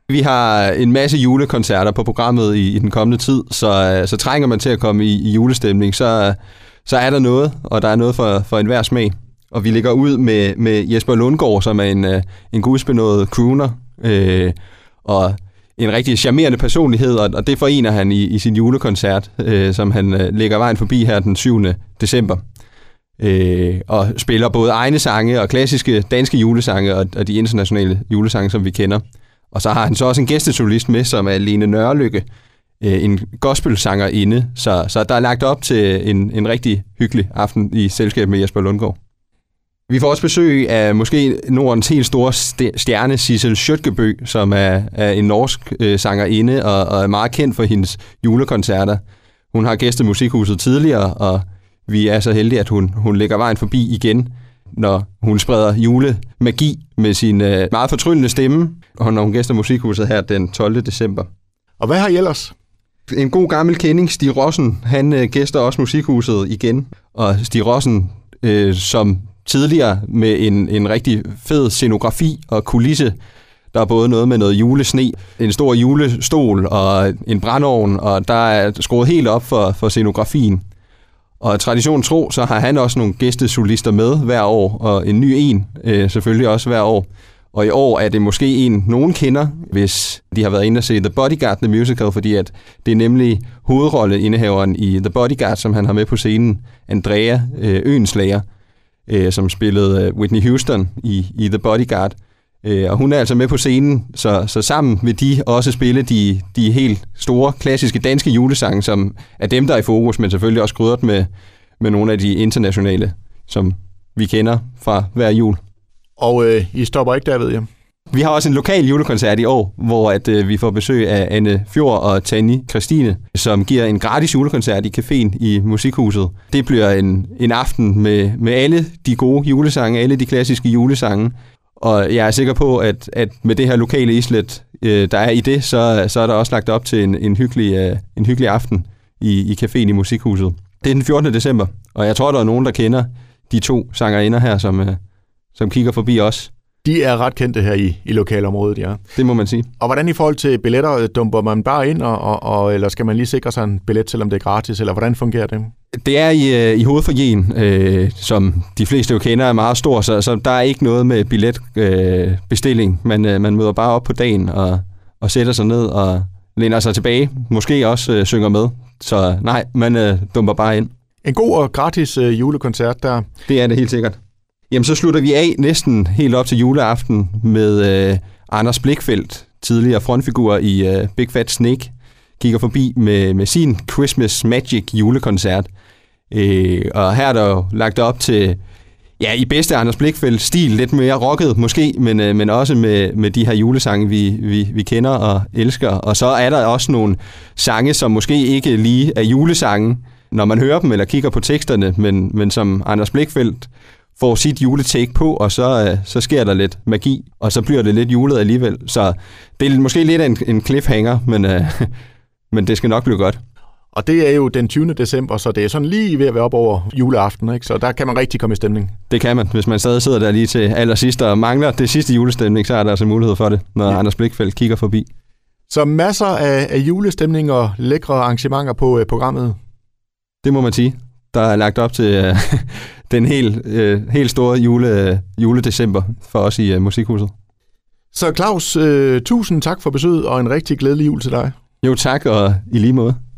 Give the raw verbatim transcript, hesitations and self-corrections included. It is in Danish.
Vi har en masse julekoncerter på programmet i, i den kommende tid, så, så trænger man til at komme i, i julestemning, så, så er der noget, og der er noget for, for enhver smag. Og vi ligger ud med, med Jesper Lundgaard, som er en, en gudsbenået crooner, øh, og en rigtig charmerende personlighed, og det forener han i, i sin julekoncert, øh, som han øh, lægger vejen forbi her den syvende december. Øh, og spiller både egne sange og klassiske danske julesange og, og de internationale julesange, som vi kender. Og så har han så også en gæstesolist med, som er Lene Nørrelykke, øh, en gospelsangerinde. Så, så der er lagt op til en, en rigtig hyggelig aften i selskab med Jesper Lundgaard. Vi får også besøg af måske Nordens helt store stjerne, Sissel Kjøtgebø, som er, er en norsk øh, sangerinde og, og er meget kendt for hendes julekoncerter. Hun har gæstet Musikhuset tidligere, og vi er så heldige, at hun, hun lægger vejen forbi igen, når hun spreder julemagi med sin øh, meget fortryllende stemme, og når hun gæster Musikhuset her den tolvte december. Og hvad har I ellers? En god gammel kending, Stig Rossen, han øh, gæster også Musikhuset igen, og Stig Rossen, øh, som tidligere med en, en rigtig fed scenografi og kulisse. Der er både noget med noget julesne, en stor julestol og en brændeovn, og der er skruet helt op for, for scenografien. Og traditionen tro, så har han også nogle gæstesolister med hver år, og en ny en øh, selvfølgelig også hver år. Og i år er det måske en, nogen kender, hvis de har været inde og se The Bodyguard, The Musical, fordi at det er nemlig hovedrolleindehaveren i The Bodyguard, som han har med på scenen, Andrea øh, Øenslager, øh, som spillede Whitney Houston i, i The Bodyguard. Øh, og hun er altså med på scenen, så, så sammen vil de også spille de, de helt store, klassiske danske julesange, som er dem, der er i fokus, men selvfølgelig også krydret med, med nogle af de internationale, som vi kender fra hver jul. Og øh, I stopper ikke der, ved jeg? Vi har også en lokal julekoncert i år, hvor at, øh, vi får besøg af Anne Fjord og Tani Christine, som giver en gratis julekoncert i caféen i Musikhuset. Det bliver en, en aften med, med alle de gode julesange, alle de klassiske julesange. Og jeg er sikker på, at, at med det her lokale islet, øh, der er i det, så, så er der også lagt op til en, en, hyggelig, øh, en hyggelig aften i, i caféen i Musikhuset. Det er den fjortende december, og jeg tror, der er nogen, der kender de to sangerinder her, som, øh, som kigger forbi os. De er ret kendte her i, i lokalområdet, ja. Det må man sige. Og hvordan i forhold til billetter, dumper man bare ind, og, og, og, eller skal man lige sikre sig en billet, selvom det er gratis, eller hvordan fungerer det? Det er i, i hovedforjen, øh, som de fleste jo kender, er meget stor, så, så der er ikke noget med billetbestilling. Øh, man, øh, man møder bare op på dagen og, og sætter sig ned og læner sig tilbage. Måske også øh, synger med. Så nej, man øh, dumper bare ind. En god og gratis øh, julekoncert der. Det er det helt sikkert. Jamen, så slutter vi af næsten helt op til juleaften med øh, Anders Blichfeldt, tidligere frontfigur i øh, Big Fat Snake, kigger forbi med, med sin Christmas Magic julekoncert. Øh, og her er der jo lagt op til, ja, i bedste Anders Blichfeldt-stil, lidt mere rocket måske, men, øh, men også med, med de her julesange, vi, vi, vi kender og elsker. Og så er der også nogle sange, som måske ikke lige er julesange, når man hører dem eller kigger på teksterne, men, men som Anders Blichfeldt får sit juletake på, og så, øh, så sker der lidt magi, og så bliver det lidt julet alligevel. Så det er måske lidt af en, en cliffhanger, men, øh, men det skal nok blive godt. Og det er jo den tyvende december, så det er sådan lige ved at være op over juleaften, ikke? Så der kan man rigtig komme i stemning. Det kan man. Hvis man stadig sidder der lige til allersidst og mangler det sidste julestemning, så er der altså mulighed for det, når ja. Anders Blichfeldt kigger forbi. Så masser af, af julestemning og lækre arrangementer på øh, programmet. Det må man sige. Der er lagt op til øh, den helt, øh, helt store jule, juledecember for os i øh, Musikhuset. Så Claus, øh, tusind tak for besøget, og en rigtig glædelig jul til dig. Jo tak, og i lige måde.